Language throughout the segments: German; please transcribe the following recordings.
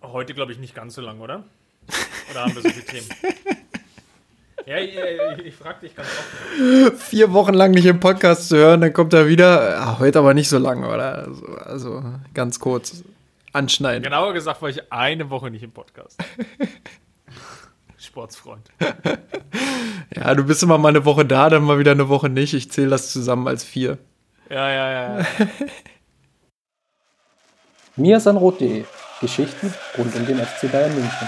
Heute, glaube ich, nicht ganz so lang, oder? Oder haben wir so viele Themen? Ja, ich frage dich ganz offen. 4 Wochen lang nicht im Podcast zu hören, dann kommt er wieder. Heute aber nicht so lang, oder? Also ganz kurz anschneiden. Genauer gesagt war ich eine Woche nicht im Podcast. Sportsfreund. Ja, du bist immer mal eine Woche da, dann mal wieder eine Woche nicht. Ich zähle das zusammen als 4. Ja. mirsanrot.de Geschichten rund um den FC Bayern München.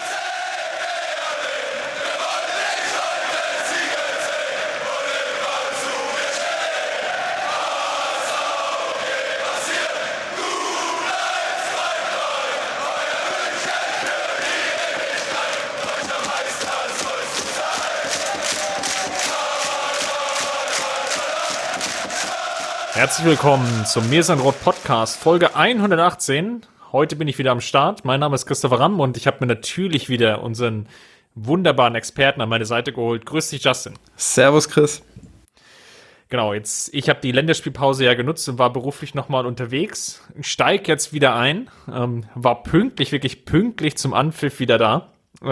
Herzlich willkommen zum Mirsanrot Podcast, Folge 118. Heute bin ich wieder am Start. Mein Name ist Christopher Ramm und ich habe mir natürlich wieder unseren wunderbaren Experten an meine Seite geholt. Grüß dich, Justin. Servus, Chris. Genau, ich habe die Länderspielpause ja genutzt und war beruflich nochmal unterwegs. Steig jetzt wieder ein, war wirklich pünktlich zum Anpfiff wieder da,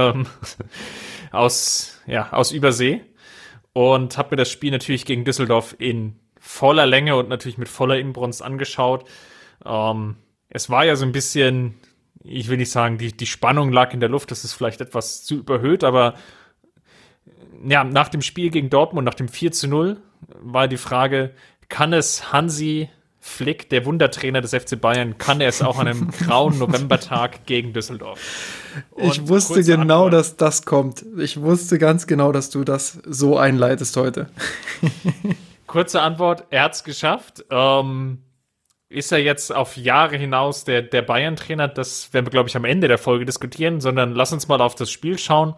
aus Übersee, und habe mir das Spiel natürlich gegen Düsseldorf in voller Länge und natürlich mit voller Inbrunst angeschaut. Es war ja so ein bisschen, ich will nicht sagen, die Spannung lag in der Luft, das ist vielleicht etwas zu überhöht, aber ja, nach dem Spiel gegen Dortmund, nach dem 4:0, war die Frage, kann es Hansi Flick, der Wundertrainer des FC Bayern, kann er es auch an einem grauen Novembertag gegen Düsseldorf? Und ich wusste genau, Antwort, dass das kommt. Ich wusste ganz genau, dass du das so einleitest heute. Kurze Antwort, er hat's geschafft. Ist er jetzt auf Jahre hinaus der Bayern-Trainer? Das werden wir, glaube ich, am Ende der Folge diskutieren, sondern lass uns mal auf das Spiel schauen.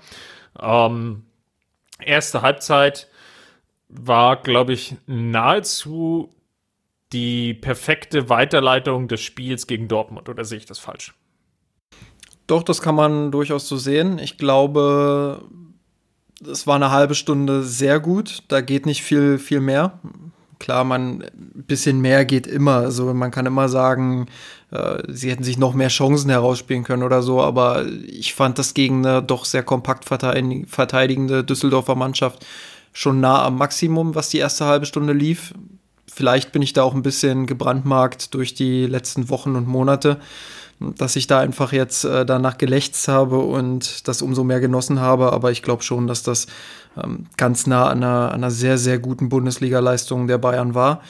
Erste Halbzeit war, glaube ich, nahezu die perfekte Weiterleitung des Spiels gegen Dortmund. Oder sehe ich das falsch? Doch, das kann man durchaus so sehen. Ich glaube, es war eine halbe Stunde sehr gut. Da geht nicht viel mehr. Klar, ein bisschen mehr geht immer. Also man kann immer sagen, sie hätten sich noch mehr Chancen herausspielen können oder so. Aber ich fand das gegen eine doch sehr kompakt verteidigende Düsseldorfer Mannschaft schon nah am Maximum, was die erste halbe Stunde lief. Vielleicht bin ich da auch ein bisschen gebrandmarkt durch die letzten Wochen und Monate, dass ich da einfach jetzt danach gelächzt habe und das umso mehr genossen habe. Aber ich glaube schon, dass das ganz nah an einer sehr, sehr guten Bundesliga-Leistung der Bayern war.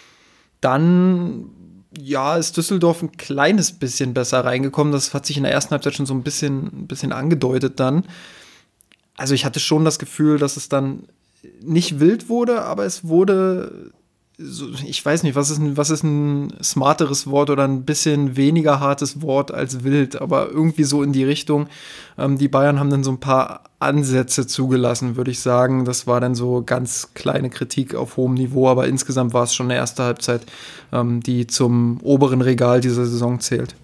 Dann, ja, ist Düsseldorf ein kleines bisschen besser reingekommen. Das hat sich in der ersten Halbzeit schon so ein bisschen angedeutet dann. Also ich hatte schon das Gefühl, dass es dann nicht wild wurde, aber es wurde, so, ich weiß nicht, was ist ein smarteres Wort oder ein bisschen weniger hartes Wort als wild, aber irgendwie so in die Richtung. Die Bayern haben dann so ein paar Ansätze zugelassen, würde ich sagen. Das war dann so ganz kleine Kritik auf hohem Niveau, aber insgesamt war es schon eine erste Halbzeit, die zum oberen Regal dieser Saison zählt.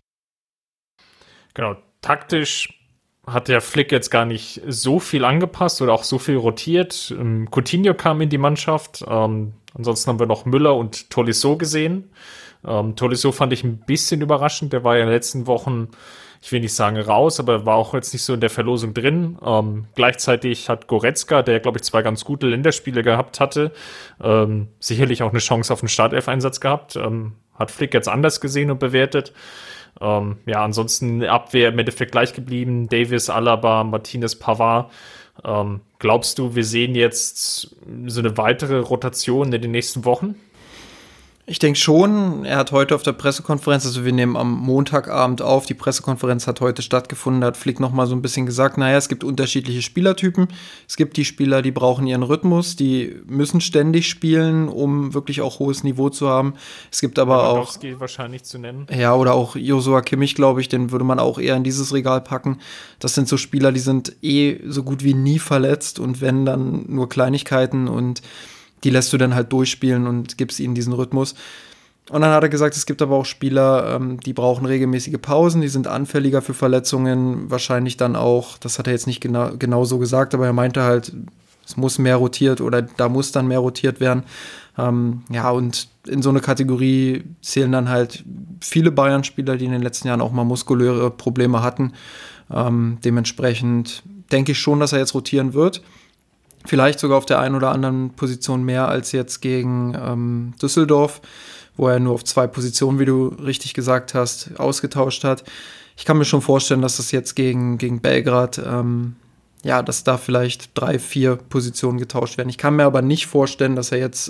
Genau, taktisch hat der Flick jetzt gar nicht so viel angepasst oder auch so viel rotiert. Coutinho kam in die Mannschaft. Ansonsten haben wir noch Müller und Tolisso gesehen. Tolisso fand ich ein bisschen überraschend. Der war ja in den letzten Wochen, ich will nicht sagen raus, aber war auch jetzt nicht so in der Verlosung drin. Gleichzeitig hat Goretzka, der, glaube ich, 2 ganz gute Länderspiele gehabt hatte, sicherlich auch eine Chance auf einen Startelf-Einsatz gehabt. Hat Flick jetzt anders gesehen und bewertet. Ansonsten Abwehr im Endeffekt gleich geblieben. Davis, Alaba, Martinez, Pavard. Glaubst du, wir sehen jetzt so eine weitere Rotation in den nächsten Wochen? Ich denke schon. Er hat heute auf der Pressekonferenz, also wir nehmen am Montagabend auf, die Pressekonferenz hat heute stattgefunden, da hat Flick nochmal so ein bisschen gesagt, naja, es gibt unterschiedliche Spielertypen. Es gibt die Spieler, die brauchen ihren Rhythmus, die müssen ständig spielen, um wirklich auch hohes Niveau zu haben. Es gibt aber auch wahrscheinlich zu nennen. Ja, oder auch Joshua Kimmich, glaube ich, den würde man auch eher in dieses Regal packen. Das sind so Spieler, die sind so gut wie nie verletzt und wenn, dann nur Kleinigkeiten und die lässt du dann halt durchspielen und gibst ihnen diesen Rhythmus. Und dann hat er gesagt, es gibt aber auch Spieler, die brauchen regelmäßige Pausen, die sind anfälliger für Verletzungen, wahrscheinlich dann auch, das hat er jetzt nicht genau so gesagt, aber er meinte halt, es muss mehr rotiert oder da muss dann mehr rotiert werden. Ja, und in so eine Kategorie zählen dann halt viele Bayern-Spieler, die in den letzten Jahren auch mal muskuläre Probleme hatten. Dementsprechend denke ich schon, dass er jetzt rotieren wird. Vielleicht sogar auf der einen oder anderen Position mehr als jetzt gegen Düsseldorf, wo er nur auf 2 Positionen, wie du richtig gesagt hast, ausgetauscht hat. Ich kann mir schon vorstellen, dass das jetzt gegen Belgrad, dass da vielleicht 3, 4 Positionen getauscht werden. Ich kann mir aber nicht vorstellen, dass er jetzt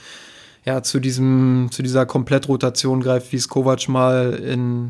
zu dieser Komplettrotation greift, wie es Kovac mal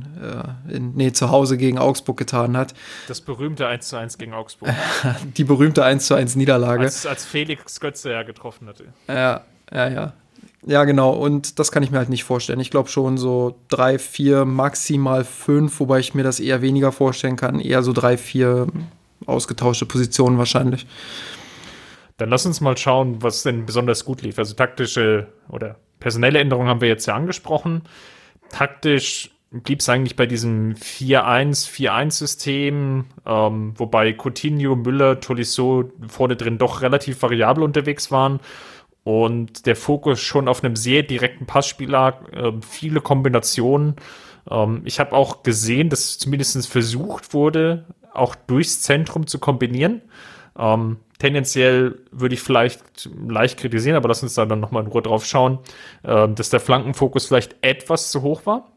zu Hause gegen Augsburg getan hat. Das berühmte 1:1 gegen Augsburg. Die berühmte 1:1 Niederlage. Als Felix Götze ja getroffen hatte. Ja. Ja, genau. Und das kann ich mir halt nicht vorstellen. Ich glaube schon so 3, 4, maximal 5, wobei ich mir das eher weniger vorstellen kann. Eher so 3, 4 ausgetauschte Positionen wahrscheinlich. Dann lass uns mal schauen, was denn besonders gut lief. Also taktische oder personelle Änderungen haben wir jetzt ja angesprochen. Taktisch blieb es eigentlich bei diesem 4-1-4-1-System, wobei Coutinho, Müller, Tolisso vorne drin doch relativ variabel unterwegs waren und der Fokus schon auf einem sehr direkten Passspiel lag, viele Kombinationen. Ich habe auch gesehen, dass zumindest versucht wurde, auch durchs Zentrum zu kombinieren. Tendenziell würde ich vielleicht leicht kritisieren, aber lass uns da dann nochmal in Ruhe drauf schauen, dass der Flankenfokus vielleicht etwas zu hoch war.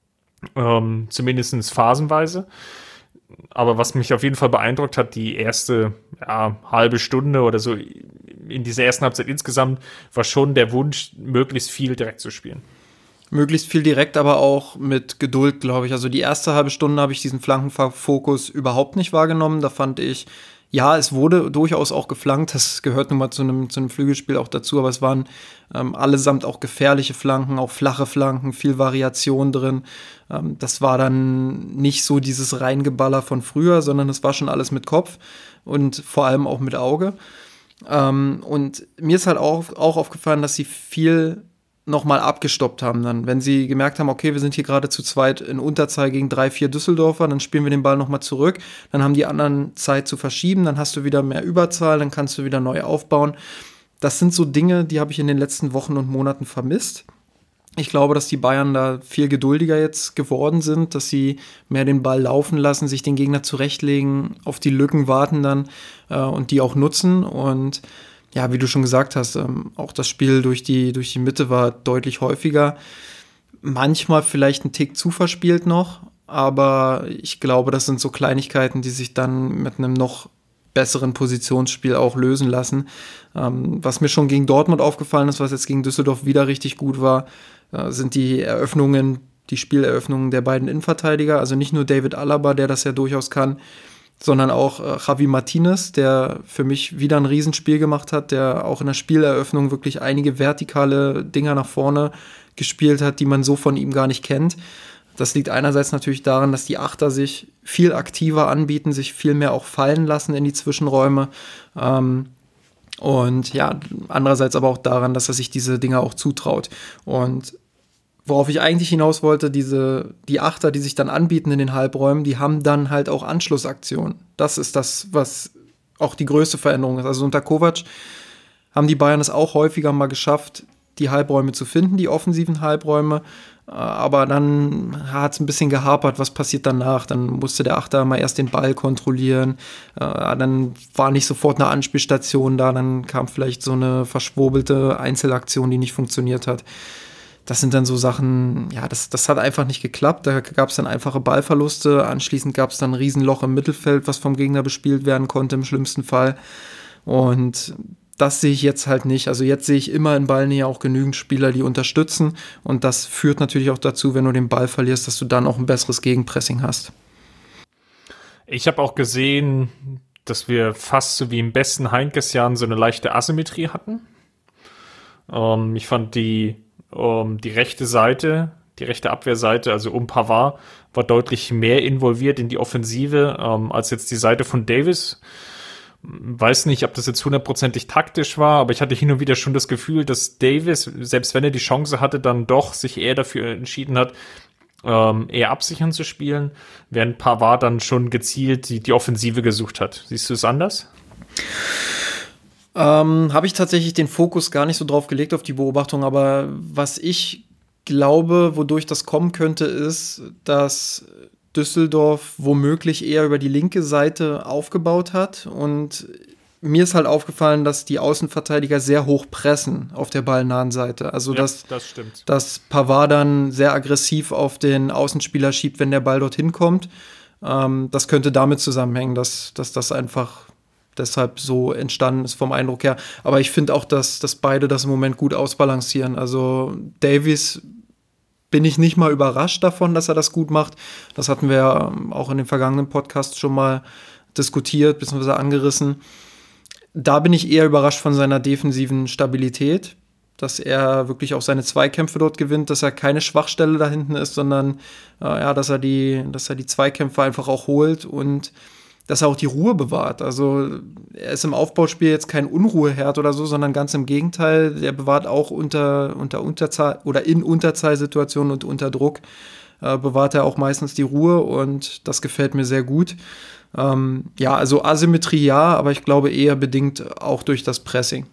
Zumindest phasenweise. Aber was mich auf jeden Fall beeindruckt hat, die erste halbe Stunde oder so in dieser ersten Halbzeit insgesamt, war schon der Wunsch, möglichst viel direkt zu spielen. Möglichst viel direkt, aber auch mit Geduld, glaube ich. Also die erste halbe Stunde habe ich diesen Flankenfokus überhaupt nicht wahrgenommen. Da fand ich, ja, es wurde durchaus auch geflankt. Das gehört nun mal zu einem Flügelspiel auch dazu. Aber es waren allesamt auch gefährliche Flanken, auch flache Flanken, viel Variation drin. Das war dann nicht so dieses Reingeballer von früher, sondern es war schon alles mit Kopf und vor allem auch mit Auge. Und mir ist halt auch aufgefallen, dass sie viel nochmal abgestoppt haben dann. Wenn sie gemerkt haben, okay, wir sind hier gerade zu zweit in Unterzahl gegen 3, 4 Düsseldorfer, dann spielen wir den Ball nochmal zurück, dann haben die anderen Zeit zu verschieben, dann hast du wieder mehr Überzahl, dann kannst du wieder neu aufbauen. Das sind so Dinge, die habe ich in den letzten Wochen und Monaten vermisst. Ich glaube, dass die Bayern da viel geduldiger jetzt geworden sind, dass sie mehr den Ball laufen lassen, sich den Gegner zurechtlegen, auf die Lücken warten dann und die auch nutzen. Und ja, wie du schon gesagt hast, auch das Spiel durch die Mitte war deutlich häufiger. Manchmal vielleicht ein Tick zu verspielt noch, aber ich glaube, das sind so Kleinigkeiten, die sich dann mit einem noch besseren Positionsspiel auch lösen lassen. Was mir schon gegen Dortmund aufgefallen ist, was jetzt gegen Düsseldorf wieder richtig gut war, sind die Spieleröffnungen der beiden Innenverteidiger. Also nicht nur David Alaba, der das ja durchaus kann, sondern auch Javi Martinez, der für mich wieder ein Riesenspiel gemacht hat, der auch in der Spieleröffnung wirklich einige vertikale Dinger nach vorne gespielt hat, die man so von ihm gar nicht kennt. Das liegt einerseits natürlich daran, dass die Achter sich viel aktiver anbieten, sich viel mehr auch fallen lassen in die Zwischenräume. Und ja, andererseits aber auch daran, dass er sich diese Dinger auch zutraut. Und worauf ich eigentlich hinaus wollte, die Achter, die sich dann anbieten in den Halbräumen, die haben dann halt auch Anschlussaktionen. Das ist das, was auch die größte Veränderung ist. Also unter Kovac haben die Bayern es auch häufiger mal geschafft, die Halbräume zu finden, die offensiven Halbräume. Aber dann hat es ein bisschen gehapert, was passiert danach. Dann musste der Achter mal erst den Ball kontrollieren. Dann war nicht sofort eine Anspielstation da. Dann kam vielleicht so eine verschwurbelte Einzelaktion, die nicht funktioniert hat. Das sind dann so Sachen, ja, das hat einfach nicht geklappt. Da gab es dann einfache Ballverluste. Anschließend gab es dann ein Riesenloch im Mittelfeld, was vom Gegner bespielt werden konnte im schlimmsten Fall. Und das sehe ich jetzt halt nicht. Also jetzt sehe ich immer in Ballnähe auch genügend Spieler, die unterstützen. Und das führt natürlich auch dazu, wenn du den Ball verlierst, dass du dann auch ein besseres Gegenpressing hast. Ich habe auch gesehen, dass wir fast so wie im besten Heinkes-Jahren so eine leichte Asymmetrie hatten. Ich fand die rechte Seite, die rechte Abwehrseite, also Pavard, war deutlich mehr involviert in die Offensive als jetzt die Seite von Davis. Weiß nicht, ob das jetzt 100%ig taktisch war, aber ich hatte hin und wieder schon das Gefühl, dass Davis, selbst wenn er die Chance hatte, dann doch sich eher dafür entschieden hat, eher absichern zu spielen, während Pavard dann schon gezielt die Offensive gesucht hat. Siehst du es anders? Habe ich tatsächlich den Fokus gar nicht so drauf gelegt auf die Beobachtung, aber was ich glaube, wodurch das kommen könnte, ist, dass Düsseldorf womöglich eher über die linke Seite aufgebaut hat und mir ist halt aufgefallen, dass die Außenverteidiger sehr hoch pressen auf der ballnahen Seite. Also, Ja, dass das stimmt. dass Pavard dann sehr aggressiv auf den Außenspieler schiebt, wenn der Ball dorthin kommt. Das könnte damit zusammenhängen, dass das einfach deshalb so entstanden ist vom Eindruck her. Aber ich finde auch, dass beide das im Moment gut ausbalancieren. Also Davies bin ich nicht mal überrascht davon, dass er das gut macht. Das hatten wir ja auch in den vergangenen Podcasts schon mal diskutiert bzw. angerissen. Da bin ich eher überrascht von seiner defensiven Stabilität, dass er wirklich auch seine Zweikämpfe dort gewinnt, dass er keine Schwachstelle da hinten ist, sondern dass er die Zweikämpfe einfach auch holt und dass er auch die Ruhe bewahrt. Also er ist im Aufbauspiel jetzt kein Unruheherd oder so, sondern ganz im Gegenteil, der bewahrt auch unter Unterzahl oder in Unterzahlsituationen und unter Druck bewahrt er auch meistens die Ruhe und das gefällt mir sehr gut. Also Asymmetrie ja, aber ich glaube eher bedingt auch durch das Pressing.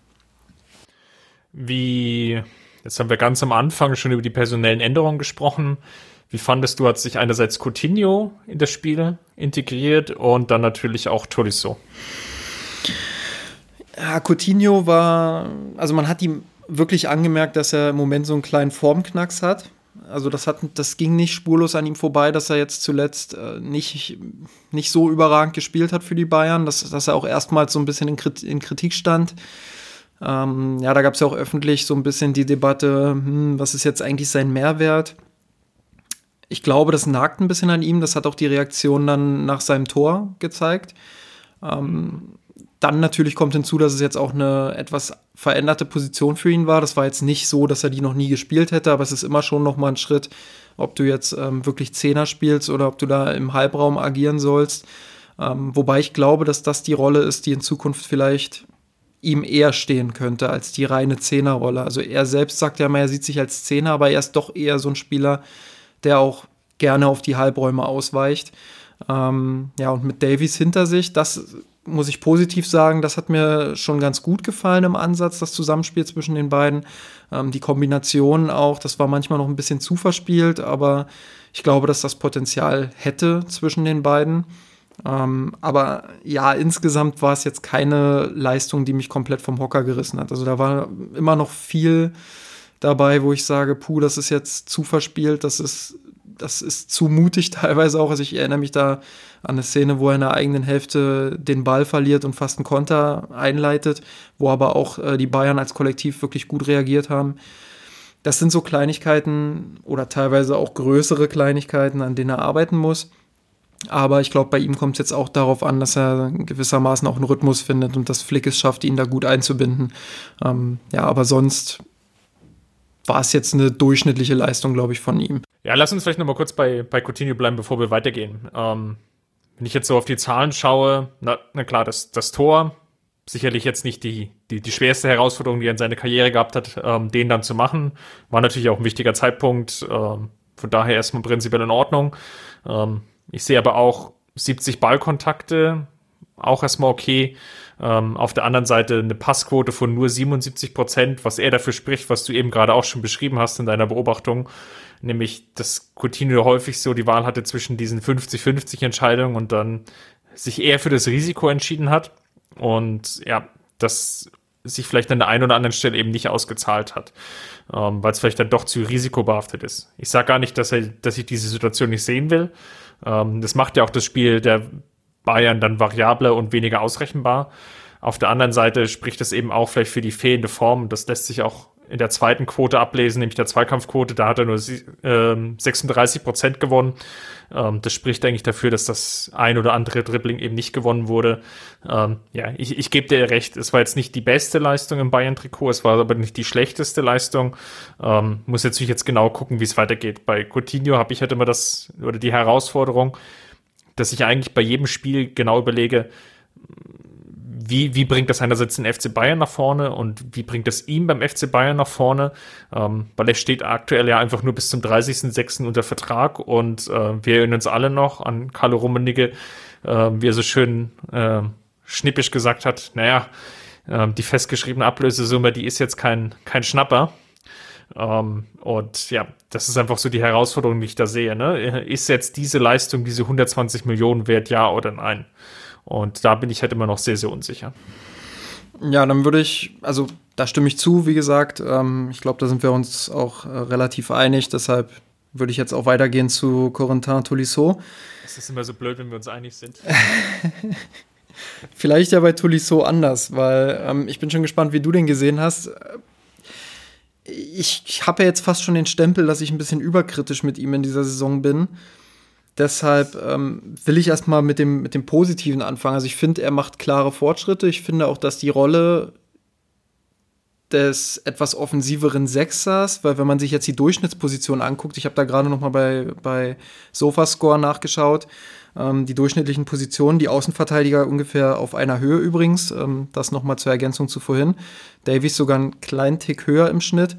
Jetzt haben wir ganz am Anfang schon über die personellen Änderungen gesprochen. Wie fandest du, hat sich einerseits Coutinho in das Spiel integriert und dann natürlich auch Tolisso? Ja, Coutinho also man hat ihm wirklich angemerkt, dass er im Moment so einen kleinen Formknacks hat. Also das ging nicht spurlos an ihm vorbei, dass er jetzt zuletzt nicht so überragend gespielt hat für die Bayern, dass er auch erstmals so ein bisschen in Kritik stand. Da gab es ja auch öffentlich so ein bisschen die Debatte, was ist jetzt eigentlich sein Mehrwert? Ich glaube, das nagt ein bisschen an ihm. Das hat auch die Reaktion dann nach seinem Tor gezeigt. Dann natürlich kommt hinzu, dass es jetzt auch eine etwas veränderte Position für ihn war. Das war jetzt nicht so, dass er die noch nie gespielt hätte, aber es ist immer schon noch mal ein Schritt, ob du jetzt wirklich Zehner spielst oder ob du da im Halbraum agieren sollst. Wobei ich glaube, dass das die Rolle ist, die in Zukunft vielleicht ihm eher stehen könnte als die reine Zehnerrolle. Also er selbst sagt ja immer, er sieht sich als Zehner, aber er ist doch eher so ein Spieler, der auch gerne auf die Halbräume ausweicht. Und mit Davies hinter sich, das muss ich positiv sagen, das hat mir schon ganz gut gefallen im Ansatz, das Zusammenspiel zwischen den beiden. Die Kombination auch, das war manchmal noch ein bisschen zu verspielt, aber ich glaube, dass das Potenzial hätte zwischen den beiden. Aber ja, insgesamt war es jetzt keine Leistung, die mich komplett vom Hocker gerissen hat. Also da war immer noch viel dabei, wo ich sage, das ist jetzt zu verspielt, das ist zu mutig teilweise auch. Also ich erinnere mich da an eine Szene, wo er in der eigenen Hälfte den Ball verliert und fast einen Konter einleitet, wo aber auch die Bayern als Kollektiv wirklich gut reagiert haben. Das sind so Kleinigkeiten oder teilweise auch größere Kleinigkeiten, an denen er arbeiten muss. Aber ich glaube, bei ihm kommt es jetzt auch darauf an, dass er gewissermaßen auch einen Rhythmus findet und dass Flick es schafft, ihn da gut einzubinden. Aber sonst war es jetzt eine durchschnittliche Leistung, glaube ich, von ihm. Ja, lass uns vielleicht noch mal kurz bei Coutinho bleiben, bevor wir weitergehen. Wenn ich jetzt so auf die Zahlen schaue, na klar, das Tor, sicherlich jetzt nicht die schwerste Herausforderung, die er in seiner Karriere gehabt hat, den dann zu machen. War natürlich auch ein wichtiger Zeitpunkt, von daher erstmal prinzipiell in Ordnung. Ich sehe aber auch 70 Ballkontakte, auch erstmal okay. Auf der anderen Seite eine Passquote von nur 77%, was er dafür spricht, was du eben gerade auch schon beschrieben hast in deiner Beobachtung, nämlich, dass Coutinho häufig so die Wahl hatte zwischen diesen 50-50 Entscheidungen und dann sich eher für das Risiko entschieden hat und ja, das sich vielleicht an der einen oder anderen Stelle eben nicht ausgezahlt hat, weil es vielleicht dann doch zu risikobehaftet ist. Ich sage gar nicht, dass ich diese Situation nicht sehen will. Das macht ja auch das Spiel der Bayern dann variabler und weniger ausrechenbar. Auf der anderen Seite spricht das eben auch vielleicht für die fehlende Form. Das lässt sich auch in der zweiten Quote ablesen, nämlich der Zweikampfquote. Da hat er nur 36% gewonnen. Das spricht eigentlich dafür, dass das ein oder andere Dribbling eben nicht gewonnen wurde. Ich gebe dir recht, es war jetzt nicht die beste Leistung im Bayern-Trikot, es war aber nicht die schlechteste Leistung. Muss jetzt genau gucken, wie es weitergeht. Bei Coutinho habe ich halt immer die Herausforderung, dass ich eigentlich bei jedem Spiel genau überlege, wie bringt das einerseits den FC Bayern nach vorne und wie bringt das ihm beim FC Bayern nach vorne, weil er steht aktuell ja einfach nur bis zum 30.06. unter Vertrag und wir erinnern uns alle noch an Carlo Rummenigge, wie er so schön schnippisch gesagt hat, Die festgeschriebene Ablösesumme, die ist jetzt kein Schnapper. Und ja, das ist einfach so die Herausforderung, die ich da sehe. Ne? Ist jetzt diese Leistung, diese 120 Millionen wert, ja oder nein? Und da bin ich halt immer noch sehr, sehr unsicher. Ja, dann also da stimme ich zu, wie gesagt. Ich glaube, da sind wir uns auch relativ einig. Deshalb würde ich jetzt auch weitergehen zu Corentin Tolisso. Es ist immer so blöd, wenn wir uns einig sind. Vielleicht ja bei Tolisso anders, weil ich bin schon gespannt, wie du den gesehen hast. Ich habe ja jetzt fast schon den Stempel, dass ich ein bisschen überkritisch mit ihm in dieser Saison bin. Deshalb will ich erstmal mit dem Positiven anfangen. Also ich finde, er macht klare Fortschritte. Ich finde auch, dass die Rolle des etwas offensiveren Sechsers, weil wenn man sich jetzt die Durchschnittsposition anguckt, ich habe da gerade noch mal bei Sofascore nachgeschaut, die durchschnittlichen Positionen, die Außenverteidiger ungefähr auf einer Höhe übrigens, das noch mal zur Ergänzung zu vorhin. Davies sogar einen kleinen Tick höher im Schnitt.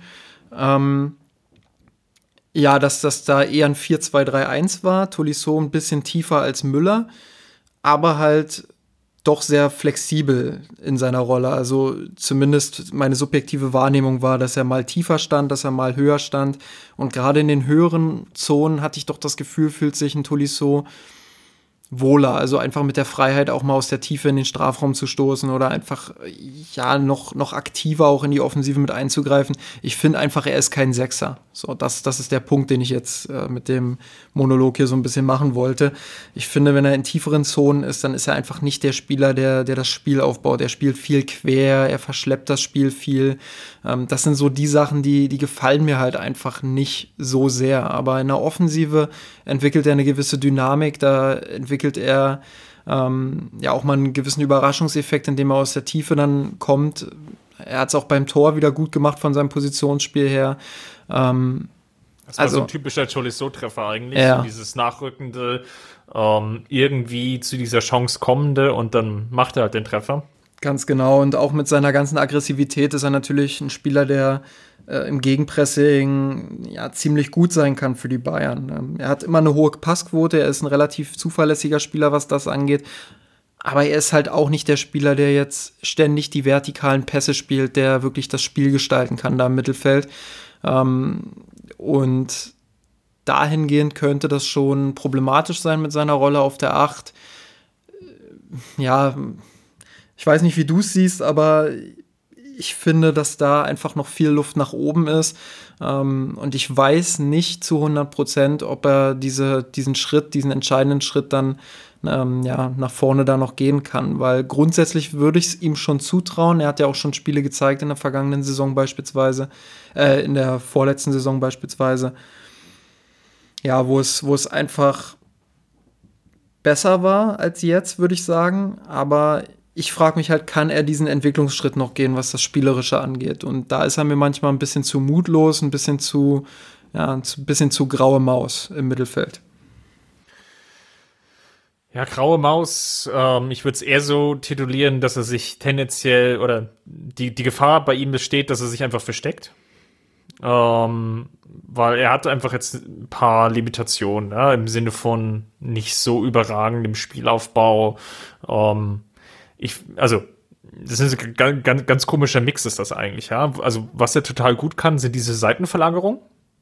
Ja, dass das da eher ein 4-2-3-1 war, Tolisso ein bisschen tiefer als Müller, aber halt doch sehr flexibel in seiner Rolle. Also zumindest meine subjektive Wahrnehmung war, dass er mal tiefer stand, dass er mal höher stand. Und gerade in den höheren Zonen hatte ich doch das Gefühl, fühlt sich ein Tolisso wohler. Also einfach mit der Freiheit, auch mal aus der Tiefe in den Strafraum zu stoßen oder einfach ja noch aktiver auch in die Offensive mit einzugreifen. Ich finde einfach, er ist kein Sechser. So, das ist der Punkt, den ich jetzt mit dem Monolog hier so ein bisschen machen wollte. Ich finde, wenn er in tieferen Zonen ist, dann ist er einfach nicht der Spieler, der das Spiel aufbaut. Er spielt viel quer, er verschleppt das Spiel viel. Das sind so die Sachen, die gefallen mir halt einfach nicht so sehr. Aber in der Offensive entwickelt er eine gewisse Dynamik, da entwickelt er ja auch mal einen gewissen Überraschungseffekt, indem er aus der Tiefe dann kommt. Er hat es auch beim Tor wieder gut gemacht von seinem Positionsspiel her. Das war so ein typischer Tolisso-Treffer eigentlich, ja. So dieses nachrückende, irgendwie zu dieser Chance kommende und dann macht er halt den Treffer. Ganz genau, und auch mit seiner ganzen Aggressivität ist er natürlich ein Spieler, der im Gegenpressing ja ziemlich gut sein kann für die Bayern. Er hat immer eine hohe Passquote, er ist ein relativ zuverlässiger Spieler, was das angeht. Aber er ist halt auch nicht der Spieler, der jetzt ständig die vertikalen Pässe spielt, der wirklich das Spiel gestalten kann da im Mittelfeld. Und dahingehend könnte das schon problematisch sein mit seiner Rolle auf der 8. Ja, ich weiß nicht, wie du es siehst, aber ich finde, dass da einfach noch viel Luft nach oben ist. Und ich weiß nicht zu 100%, ob er diesen entscheidenden Schritt dann nach vorne da noch gehen kann. Weil grundsätzlich würde ich es ihm schon zutrauen. Er hat ja auch schon Spiele gezeigt in der vergangenen Saison beispielsweise, in der vorletzten Saison beispielsweise. Ja, wo es einfach besser war als jetzt, würde ich sagen. Aber ich frage mich halt, kann er diesen Entwicklungsschritt noch gehen, was das Spielerische angeht? Und da ist er mir manchmal ein bisschen zu mutlos, ein bisschen zu graue Maus im Mittelfeld. Ja, graue Maus, ich würde es eher so titulieren, dass er sich tendenziell, oder die Gefahr bei ihm besteht, dass er sich einfach versteckt. Weil er hat einfach jetzt ein paar Limitationen, ja, im Sinne von nicht so überragendem Spielaufbau. Das ist ein ganz komischer Mix ist das eigentlich, ja. Also was er total gut kann, sind diese Seitenverlagerungen.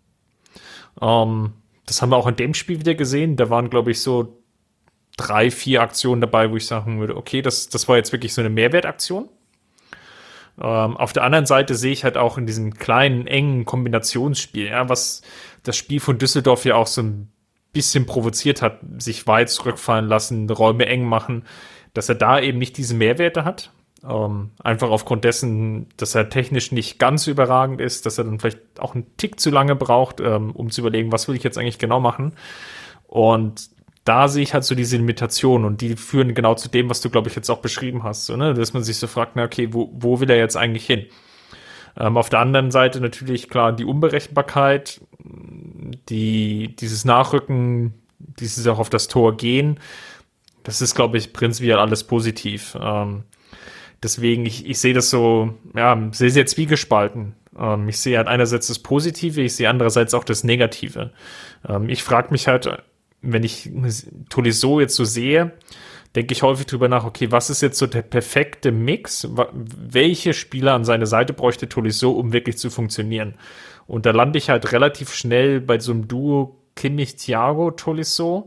Das haben wir auch in dem Spiel wieder gesehen. Da waren, glaube ich, so 3-4 Aktionen dabei, wo ich sagen würde, okay, das war jetzt wirklich so eine Mehrwertaktion. Auf der anderen Seite sehe ich halt auch in diesem kleinen, engen Kombinationsspiel, ja, was das Spiel von Düsseldorf ja auch so ein bisschen provoziert hat, sich weit zurückfallen lassen, Räume eng machen, dass er da eben nicht diese Mehrwerte hat. Einfach aufgrund dessen, dass er technisch nicht ganz überragend ist, dass er dann vielleicht auch einen Tick zu lange braucht, um zu überlegen, was will ich jetzt eigentlich genau machen. Und da sehe ich halt so diese Limitationen und die führen genau zu dem, was du, glaube ich, jetzt auch beschrieben hast, so, ne? Dass man sich so fragt, na okay, wo will er jetzt eigentlich hin? Auf der anderen Seite natürlich klar die Unberechenbarkeit, dieses Nachrücken, dieses auch auf das Tor gehen, das ist, glaube ich, prinzipiell alles positiv. Deswegen, ich sehe das so, ja, sehr, sehr zwiegespalten. Ich sehe halt einerseits das Positive, ich sehe andererseits auch das Negative. Ich frage mich halt, wenn ich Tolisso jetzt so sehe, denke ich häufig drüber nach, okay, was ist jetzt so der perfekte Mix? Welche Spieler an seine Seite bräuchte Tolisso, um wirklich zu funktionieren? Und da lande ich halt relativ schnell bei so einem Duo Kimmich, Thiago, Tolisso,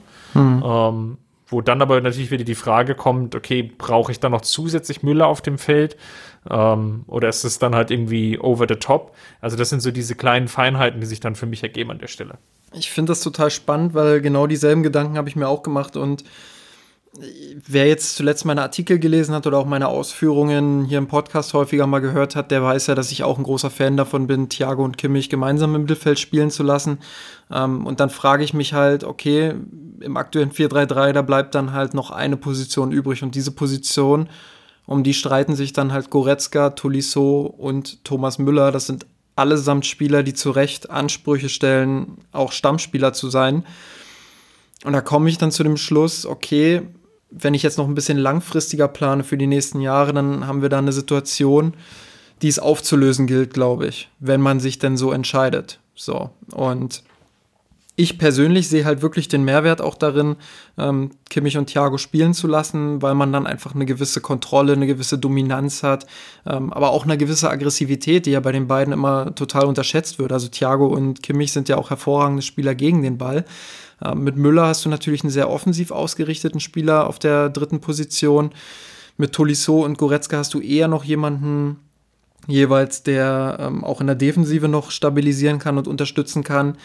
wo dann aber natürlich wieder die Frage kommt, okay, brauche ich dann noch zusätzlich Müller auf dem Feld? Oder ist es dann halt irgendwie over the top? Also das sind so diese kleinen Feinheiten, die sich dann für mich ergeben an der Stelle. Ich finde das total spannend, weil genau dieselben Gedanken habe ich mir auch gemacht. Und wer jetzt zuletzt meine Artikel gelesen hat oder auch meine Ausführungen hier im Podcast häufiger mal gehört hat, der weiß ja, dass ich auch ein großer Fan davon bin, Thiago und Kimmich gemeinsam im Mittelfeld spielen zu lassen. Und dann frage ich mich halt, okay, im aktuellen 4-3-3, da bleibt dann halt noch eine Position übrig. Und diese Position, um die streiten sich dann halt Goretzka, Tolisso und Thomas Müller. Das sind allesamt Spieler, die zu Recht Ansprüche stellen, auch Stammspieler zu sein. Und da komme ich dann zu dem Schluss, okay, wenn ich jetzt noch ein bisschen langfristiger plane für die nächsten Jahre, dann haben wir da eine Situation, die es aufzulösen gilt, glaube ich, wenn man sich denn so entscheidet. So, und ich persönlich sehe halt wirklich den Mehrwert auch darin, Kimmich und Thiago spielen zu lassen, weil man dann einfach eine gewisse Kontrolle, eine gewisse Dominanz hat, aber auch eine gewisse Aggressivität, die ja bei den beiden immer total unterschätzt wird. Also Thiago und Kimmich sind ja auch hervorragende Spieler gegen den Ball. Mit Müller hast du natürlich einen sehr offensiv ausgerichteten Spieler auf der dritten Position. Mit Tolisso und Goretzka hast du eher noch jemanden jeweils, der auch in der Defensive noch stabilisieren kann und unterstützen kann.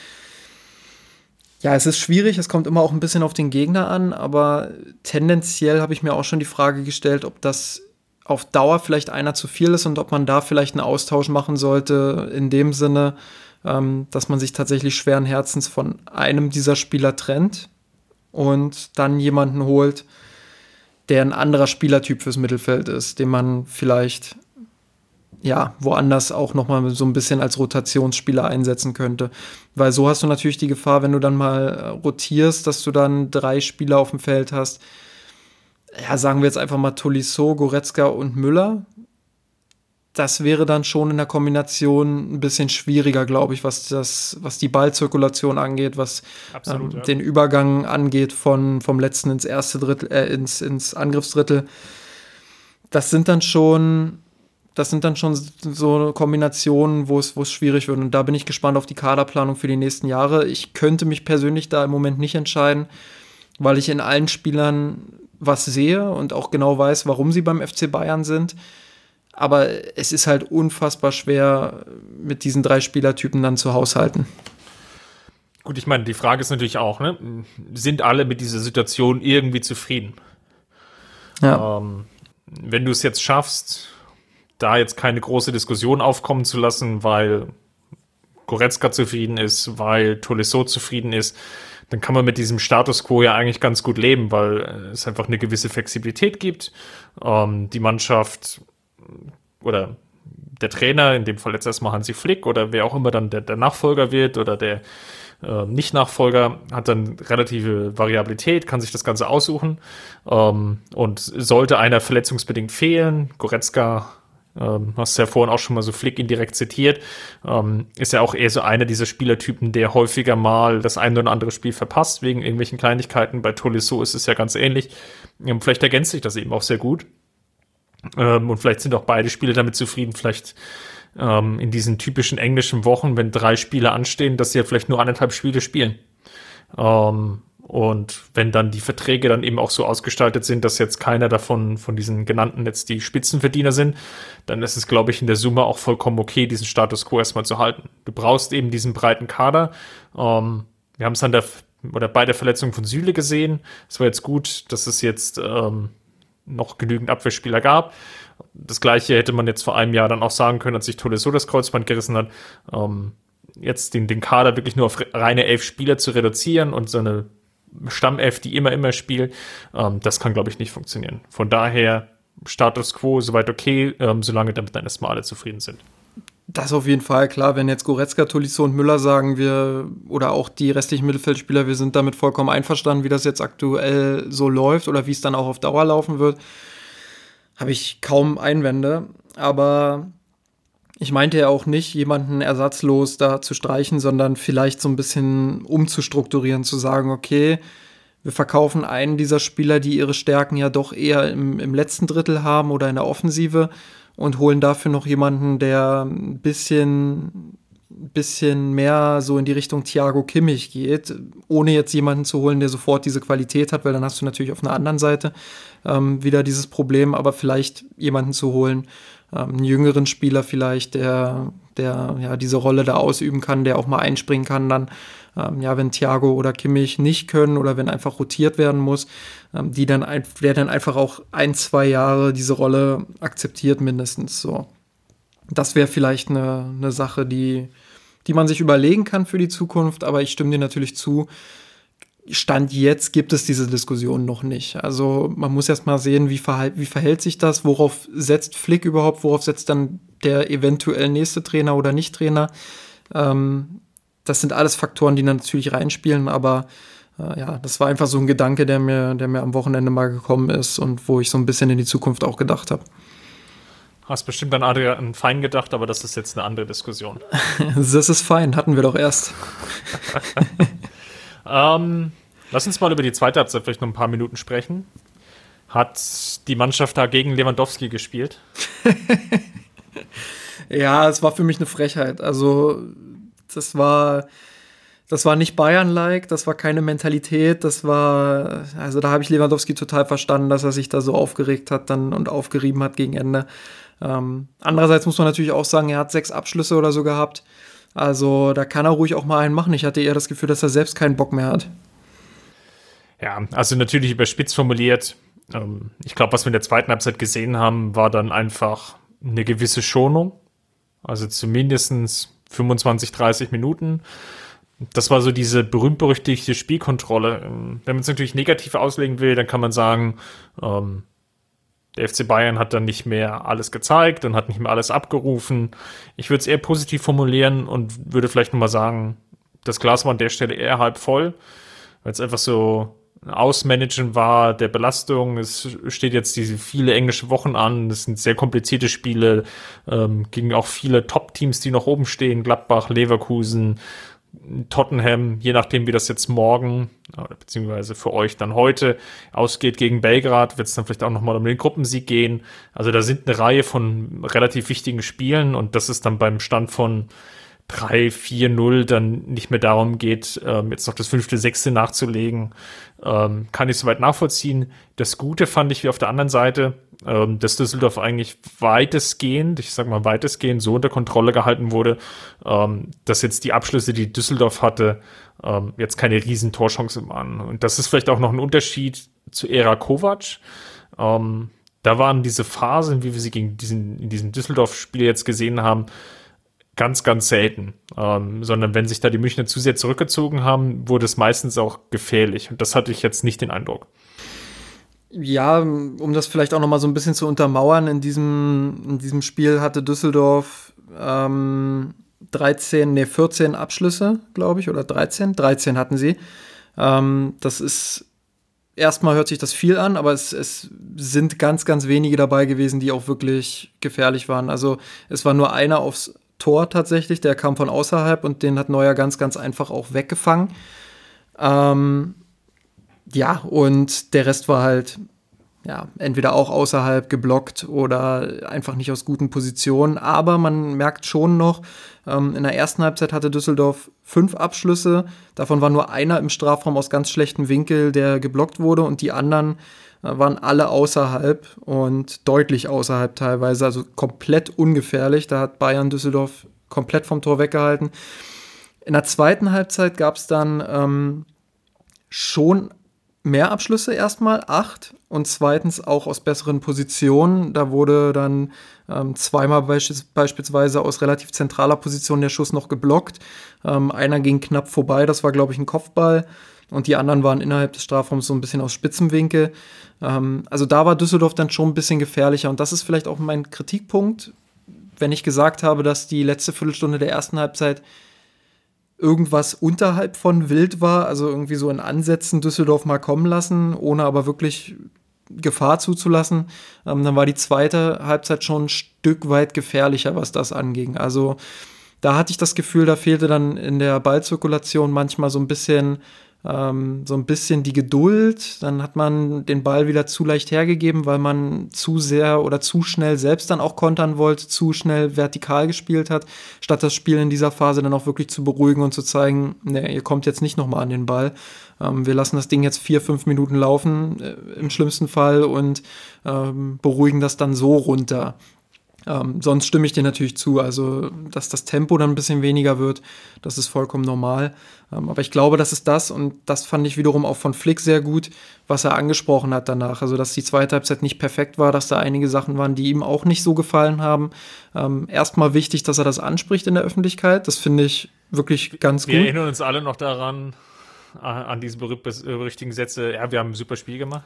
Ja, es ist schwierig, es kommt immer auch ein bisschen auf den Gegner an, aber tendenziell habe ich mir auch schon die Frage gestellt, ob das auf Dauer vielleicht einer zu viel ist und ob man da vielleicht einen Austausch machen sollte, in dem Sinne, dass man sich tatsächlich schweren Herzens von einem dieser Spieler trennt und dann jemanden holt, der ein anderer Spielertyp fürs Mittelfeld ist, den man vielleicht woanders auch nochmal so ein bisschen als Rotationsspieler einsetzen könnte. Weil so hast du natürlich die Gefahr, wenn du dann mal rotierst, dass du dann 3 Spieler auf dem Feld hast. Ja, sagen wir jetzt einfach mal Tolisso, Goretzka und Müller. Das wäre dann schon in der Kombination ein bisschen schwieriger, glaube ich, was die Ballzirkulation angeht, was Absolut, den Übergang angeht vom letzten ins erste Drittel, ins Angriffsdrittel. Das sind dann schon so Kombinationen, wo es schwierig wird. Und da bin ich gespannt auf die Kaderplanung für die nächsten Jahre. Ich könnte mich persönlich da im Moment nicht entscheiden, weil ich in allen Spielern was sehe und auch genau weiß, warum sie beim FC Bayern sind. Aber es ist halt unfassbar schwer, mit diesen 3 Spielertypen dann zu haushalten. Gut, ich meine, die Frage ist natürlich auch, ne? Sind alle mit dieser Situation irgendwie zufrieden? Ja. Wenn du es jetzt schaffst, da jetzt keine große Diskussion aufkommen zu lassen, weil Goretzka zufrieden ist, weil Tolisso zufrieden ist, dann kann man mit diesem Status quo ja eigentlich ganz gut leben, weil es einfach eine gewisse Flexibilität gibt. Die Mannschaft oder der Trainer, in dem Fall jetzt erstmal Hansi Flick oder wer auch immer dann der Nachfolger wird oder der Nicht-Nachfolger, hat dann relative Variabilität, kann sich das Ganze aussuchen. Und sollte einer verletzungsbedingt fehlen, Goretzka, hast du ja vorhin auch schon mal so Flick indirekt zitiert, ist ja auch eher so einer dieser Spielertypen, der häufiger mal das eine oder andere Spiel verpasst, wegen irgendwelchen Kleinigkeiten. Bei Tolisso ist es ja ganz ähnlich. Vielleicht ergänzt sich das eben auch sehr gut. Und vielleicht sind auch beide Spieler damit zufrieden, vielleicht in diesen typischen englischen Wochen, wenn 3 Spiele anstehen, dass sie ja vielleicht nur 1,5 Spiele spielen. Und wenn dann die Verträge dann eben auch so ausgestaltet sind, dass jetzt keiner davon, von diesen genannten jetzt die Spitzenverdiener sind, dann ist es, glaube ich, in der Summe auch vollkommen okay, diesen Status quo erstmal zu halten. Du brauchst eben diesen breiten Kader. Wir haben es bei der Verletzung von Süle gesehen. Es war jetzt gut, dass es jetzt noch genügend Abwehrspieler gab. Das Gleiche hätte man jetzt vor einem Jahr dann auch sagen können, als sich Tolisso das Kreuzband gerissen hat. Jetzt den Kader wirklich nur auf reine 11 Spieler zu reduzieren und so eine Stammelf, die immer spielt, das kann, glaube ich, nicht funktionieren. Von daher Status quo soweit okay, solange damit dann erstmal alle zufrieden sind. Das auf jeden Fall, klar, wenn jetzt Goretzka, Tolisso und Müller sagen wir, oder auch die restlichen Mittelfeldspieler, wir sind damit vollkommen einverstanden, wie das jetzt aktuell so läuft oder wie es dann auch auf Dauer laufen wird, habe ich kaum Einwände. Aber ich meinte ja auch nicht, jemanden ersatzlos da zu streichen, sondern vielleicht so ein bisschen umzustrukturieren, zu sagen, okay, wir verkaufen einen dieser Spieler, die ihre Stärken ja doch eher im letzten Drittel haben oder in der Offensive und holen dafür noch jemanden, der ein bisschen mehr so in die Richtung Thiago Kimmich geht, ohne jetzt jemanden zu holen, der sofort diese Qualität hat, weil dann hast du natürlich auf einer anderen Seite wieder dieses Problem, aber vielleicht jemanden zu holen, einen jüngeren Spieler vielleicht, der ja diese Rolle da ausüben kann, der auch mal einspringen kann dann, wenn Thiago oder Kimmich nicht können oder wenn einfach rotiert werden muss, der dann einfach auch 1-2 Jahre diese Rolle akzeptiert mindestens so. Das wäre vielleicht eine Sache, die man sich überlegen kann für die Zukunft, aber ich stimme dir natürlich zu, Stand jetzt gibt es diese Diskussion noch nicht. Also man muss erst mal sehen, wie verhält sich das, worauf setzt Flick überhaupt, worauf setzt dann der eventuell nächste Trainer oder Nicht-Trainer. Das sind alles Faktoren, die natürlich reinspielen, aber das war einfach so ein Gedanke, der mir am Wochenende mal gekommen ist und wo ich so ein bisschen in die Zukunft auch gedacht habe. Hast bestimmt an Adrian Fein gedacht, aber das ist jetzt eine andere Diskussion. Das ist fein, hatten wir doch erst. Lass uns mal über die zweite Halbzeit vielleicht noch ein paar Minuten sprechen. Hat die Mannschaft da gegen Lewandowski gespielt? Ja, es war für mich eine Frechheit. Also das war nicht Bayern-like, das war keine Mentalität, da habe ich Lewandowski total verstanden, dass er sich da so aufgeregt hat dann und aufgerieben hat gegen Ende. Andererseits muss man natürlich auch sagen, er hat 6 Abschlüsse oder so gehabt. Also da kann er ruhig auch mal einen machen. Ich hatte eher das Gefühl, dass er selbst keinen Bock mehr hat. Ja, also natürlich überspitzt formuliert. Ich glaube, was wir in der zweiten Halbzeit gesehen haben, war dann einfach eine gewisse Schonung. Also zumindest 25, 30 Minuten. Das war so diese berühmt-berüchtigte Spielkontrolle. Wenn man es natürlich negativ auslegen will, dann kann man sagen, der FC Bayern hat dann nicht mehr alles gezeigt und hat nicht mehr alles abgerufen. Ich würde es eher positiv formulieren und würde vielleicht nochmal sagen, das Glas war an der Stelle eher halb voll, weil es einfach so ein Ausmanagen war der Belastung. Es steht jetzt diese viele englische Wochen an. Das sind sehr komplizierte Spiele gegen auch viele Top-Teams, die noch oben stehen. Gladbach, Leverkusen, Tottenham, je nachdem, wie das jetzt morgen, beziehungsweise für euch dann heute ausgeht gegen Belgrad, wird es dann vielleicht auch nochmal um den Gruppensieg gehen. Also da sind eine Reihe von relativ wichtigen Spielen und dass es dann beim Stand von 3-4-0 dann nicht mehr darum geht, jetzt noch das 5., 6. nachzulegen, kann ich soweit nachvollziehen. Das Gute fand ich wie auf der anderen Seite, dass Düsseldorf eigentlich weitestgehend so unter Kontrolle gehalten wurde, dass jetzt die Abschlüsse, die Düsseldorf hatte, jetzt keine riesen Torchance waren. Und das ist vielleicht auch noch ein Unterschied zu Ära Kovac. Da waren diese Phasen, wie wir sie in diesem Düsseldorf-Spiel jetzt gesehen haben, ganz, ganz selten. Sondern wenn sich da die Münchner zu sehr zurückgezogen haben, wurde es meistens auch gefährlich. Und das hatte ich jetzt nicht den Eindruck. Ja, um das vielleicht auch noch mal so ein bisschen zu untermauern, in diesem Spiel hatte Düsseldorf 14 Abschlüsse, glaube ich, oder 13 hatten sie. Das ist, erstmal hört sich das viel an, aber es sind ganz, ganz wenige dabei gewesen, die auch wirklich gefährlich waren. Also es war nur einer aufs Tor tatsächlich, der kam von außerhalb und den hat Neuer ganz, ganz einfach auch weggefangen. Und der Rest war halt entweder auch außerhalb geblockt oder einfach nicht aus guten Positionen. Aber man merkt schon noch, in der ersten Halbzeit hatte Düsseldorf 5 Abschlüsse. Davon war nur einer im Strafraum aus ganz schlechtem Winkel, der geblockt wurde. Und die anderen waren alle außerhalb und deutlich außerhalb teilweise. Also komplett ungefährlich. Da hat Bayern Düsseldorf komplett vom Tor weggehalten. In der zweiten Halbzeit gab es dann schon mehr Abschlüsse erstmal, 8, und zweitens auch aus besseren Positionen. Da wurde dann zweimal beispielsweise aus relativ zentraler Position der Schuss noch geblockt. Einer ging knapp vorbei, das war, glaube ich, ein Kopfball. Und die anderen waren innerhalb des Strafraums so ein bisschen aus Spitzenwinkel. Also da war Düsseldorf dann schon ein bisschen gefährlicher. Und das ist vielleicht auch mein Kritikpunkt, wenn ich gesagt habe, dass die letzte Viertelstunde der ersten Halbzeit irgendwas unterhalb von wild war, also irgendwie so in Ansätzen Düsseldorf mal kommen lassen, ohne aber wirklich Gefahr zuzulassen. Dann war die zweite Halbzeit schon ein Stück weit gefährlicher, was das anging. Also da hatte ich das Gefühl, da fehlte dann in der Ballzirkulation manchmal so ein bisschen so ein bisschen die Geduld. Dann hat man den Ball wieder zu leicht hergegeben, weil man zu sehr oder zu schnell selbst dann auch kontern wollte, zu schnell vertikal gespielt hat, statt das Spiel in dieser Phase dann auch wirklich zu beruhigen und zu zeigen, nee, ihr kommt jetzt nicht nochmal an den Ball. Wir lassen das Ding jetzt 4-5 Minuten laufen, im schlimmsten Fall, und beruhigen das dann so runter. Sonst stimme ich dir natürlich zu, also dass das Tempo dann ein bisschen weniger wird, das ist vollkommen normal. Aber ich glaube, das ist das, und das fand ich wiederum auch von Flick sehr gut, was er angesprochen hat danach. Also dass die zweite Halbzeit nicht perfekt war, dass da einige Sachen waren, die ihm auch nicht so gefallen haben. Erstmal wichtig, dass er das anspricht in der Öffentlichkeit, das finde ich wirklich ganz gut. Wir erinnern uns alle noch daran, an diese berüchtigten Sätze, ja, wir haben ein super Spiel gemacht.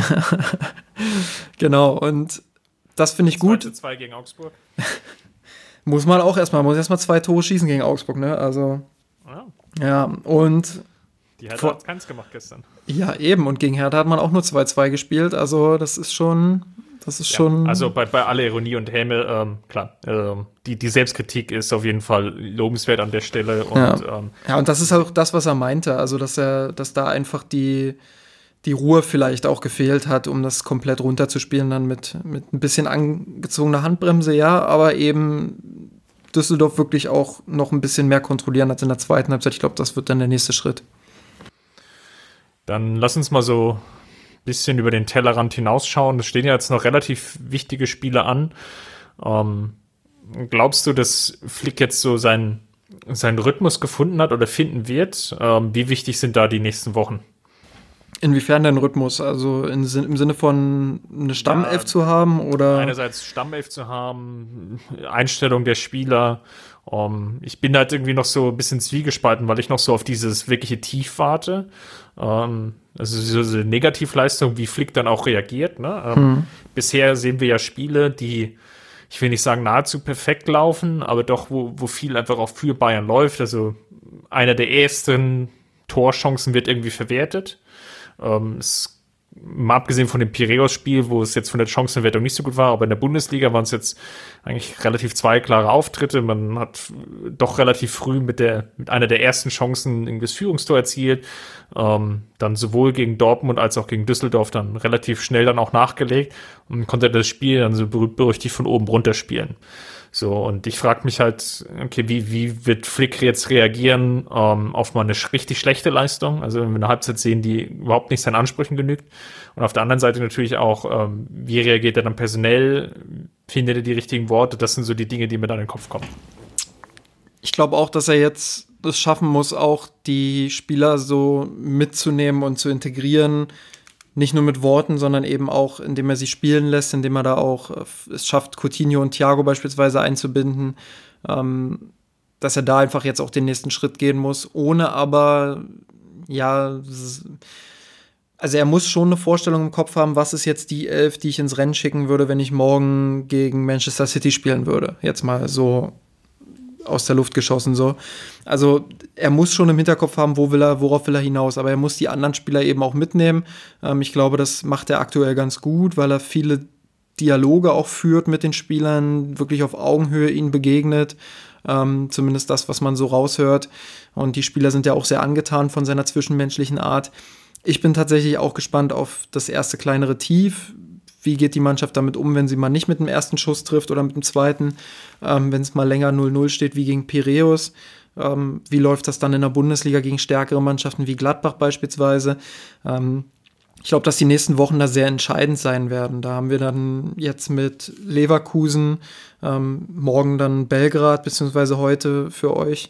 Genau, und das finde ich gut. 2 gegen Augsburg. Muss erstmal 2 Tore schießen gegen Augsburg, ne? Also, ja, und die Hertha hat keins gemacht gestern. Ja, eben, und gegen Hertha hat man auch nur 2-2 gespielt, also das ist schon. Also bei aller Ironie und Häme, klar, die Selbstkritik ist auf jeden Fall lobenswert an der Stelle. Und, und das ist auch das, was er meinte, also dass da einfach die Ruhe vielleicht auch gefehlt hat, um das komplett runterzuspielen, dann mit ein bisschen angezogener Handbremse, ja, aber eben Düsseldorf wirklich auch noch ein bisschen mehr kontrollieren als in der zweiten Halbzeit. Ich glaube, das wird dann der nächste Schritt. Dann lass uns mal so ein bisschen über den Tellerrand hinausschauen. Es stehen ja jetzt noch relativ wichtige Spiele an. Glaubst du, dass Flick jetzt so seinen Rhythmus gefunden hat oder finden wird? Wie wichtig sind da die nächsten Wochen? Inwiefern denn Rhythmus? Also im Sinne von eine Stammelf zu haben, oder? Einerseits Stammelf zu haben, Einstellung der Spieler. Ich bin halt irgendwie noch so ein bisschen zwiegespalten, weil ich noch so auf dieses wirkliche Tief warte. Also diese Negativleistung, wie Flick dann auch reagiert. Ne? Bisher sehen wir ja Spiele, die, ich will nicht sagen nahezu perfekt laufen, aber doch, wo viel einfach auch für Bayern läuft. Also einer der ersten Torchancen wird irgendwie verwertet. Mal abgesehen von dem Piräus-Spiel, wo es jetzt von der Chancenwertung nicht so gut war, aber in der Bundesliga waren es jetzt eigentlich relativ 2 klare Auftritte. Man hat doch relativ früh mit einer der ersten Chancen irgendwie das Führungstor erzielt. Dann sowohl gegen Dortmund als auch gegen Düsseldorf dann relativ schnell dann auch nachgelegt und konnte das Spiel dann so berüchtigt von oben runter spielen. So, und ich frage mich halt, okay, wie wird Flick jetzt reagieren auf mal eine richtig schlechte Leistung? Also wenn wir eine Halbzeit sehen, die überhaupt nicht seinen Ansprüchen genügt. Und auf der anderen Seite natürlich auch, wie reagiert er dann personell? Findet er die richtigen Worte? Das sind so die Dinge, die mir dann in den Kopf kommen. Ich glaube auch, dass er jetzt es schaffen muss, auch die Spieler so mitzunehmen und zu integrieren. Nicht nur mit Worten, sondern eben auch, indem er sie spielen lässt, indem er da auch es schafft, Coutinho und Thiago beispielsweise einzubinden, dass er da einfach jetzt auch den nächsten Schritt gehen muss, ohne aber, ja, also er muss schon eine Vorstellung im Kopf haben, was ist jetzt die 11, die ich ins Rennen schicken würde, wenn ich morgen gegen Manchester City spielen würde. Jetzt mal so aus der Luft geschossen so. Also er muss schon im Hinterkopf haben, worauf will er hinaus, aber er muss die anderen Spieler eben auch mitnehmen. Ich glaube, das macht er aktuell ganz gut, weil er viele Dialoge auch führt mit den Spielern, wirklich auf Augenhöhe ihnen begegnet, zumindest das, was man so raushört. Und die Spieler sind ja auch sehr angetan von seiner zwischenmenschlichen Art. Ich bin tatsächlich auch gespannt auf das erste kleinere Tief. Wie geht die Mannschaft damit um, wenn sie mal nicht mit dem ersten Schuss trifft oder mit dem zweiten? Wenn es mal länger 0-0 steht wie gegen Piräus. Wie läuft das dann in der Bundesliga gegen stärkere Mannschaften wie Gladbach beispielsweise? Ich glaube, dass die nächsten Wochen da sehr entscheidend sein werden. Da haben wir dann jetzt mit Leverkusen, morgen dann Belgrad, beziehungsweise heute für euch.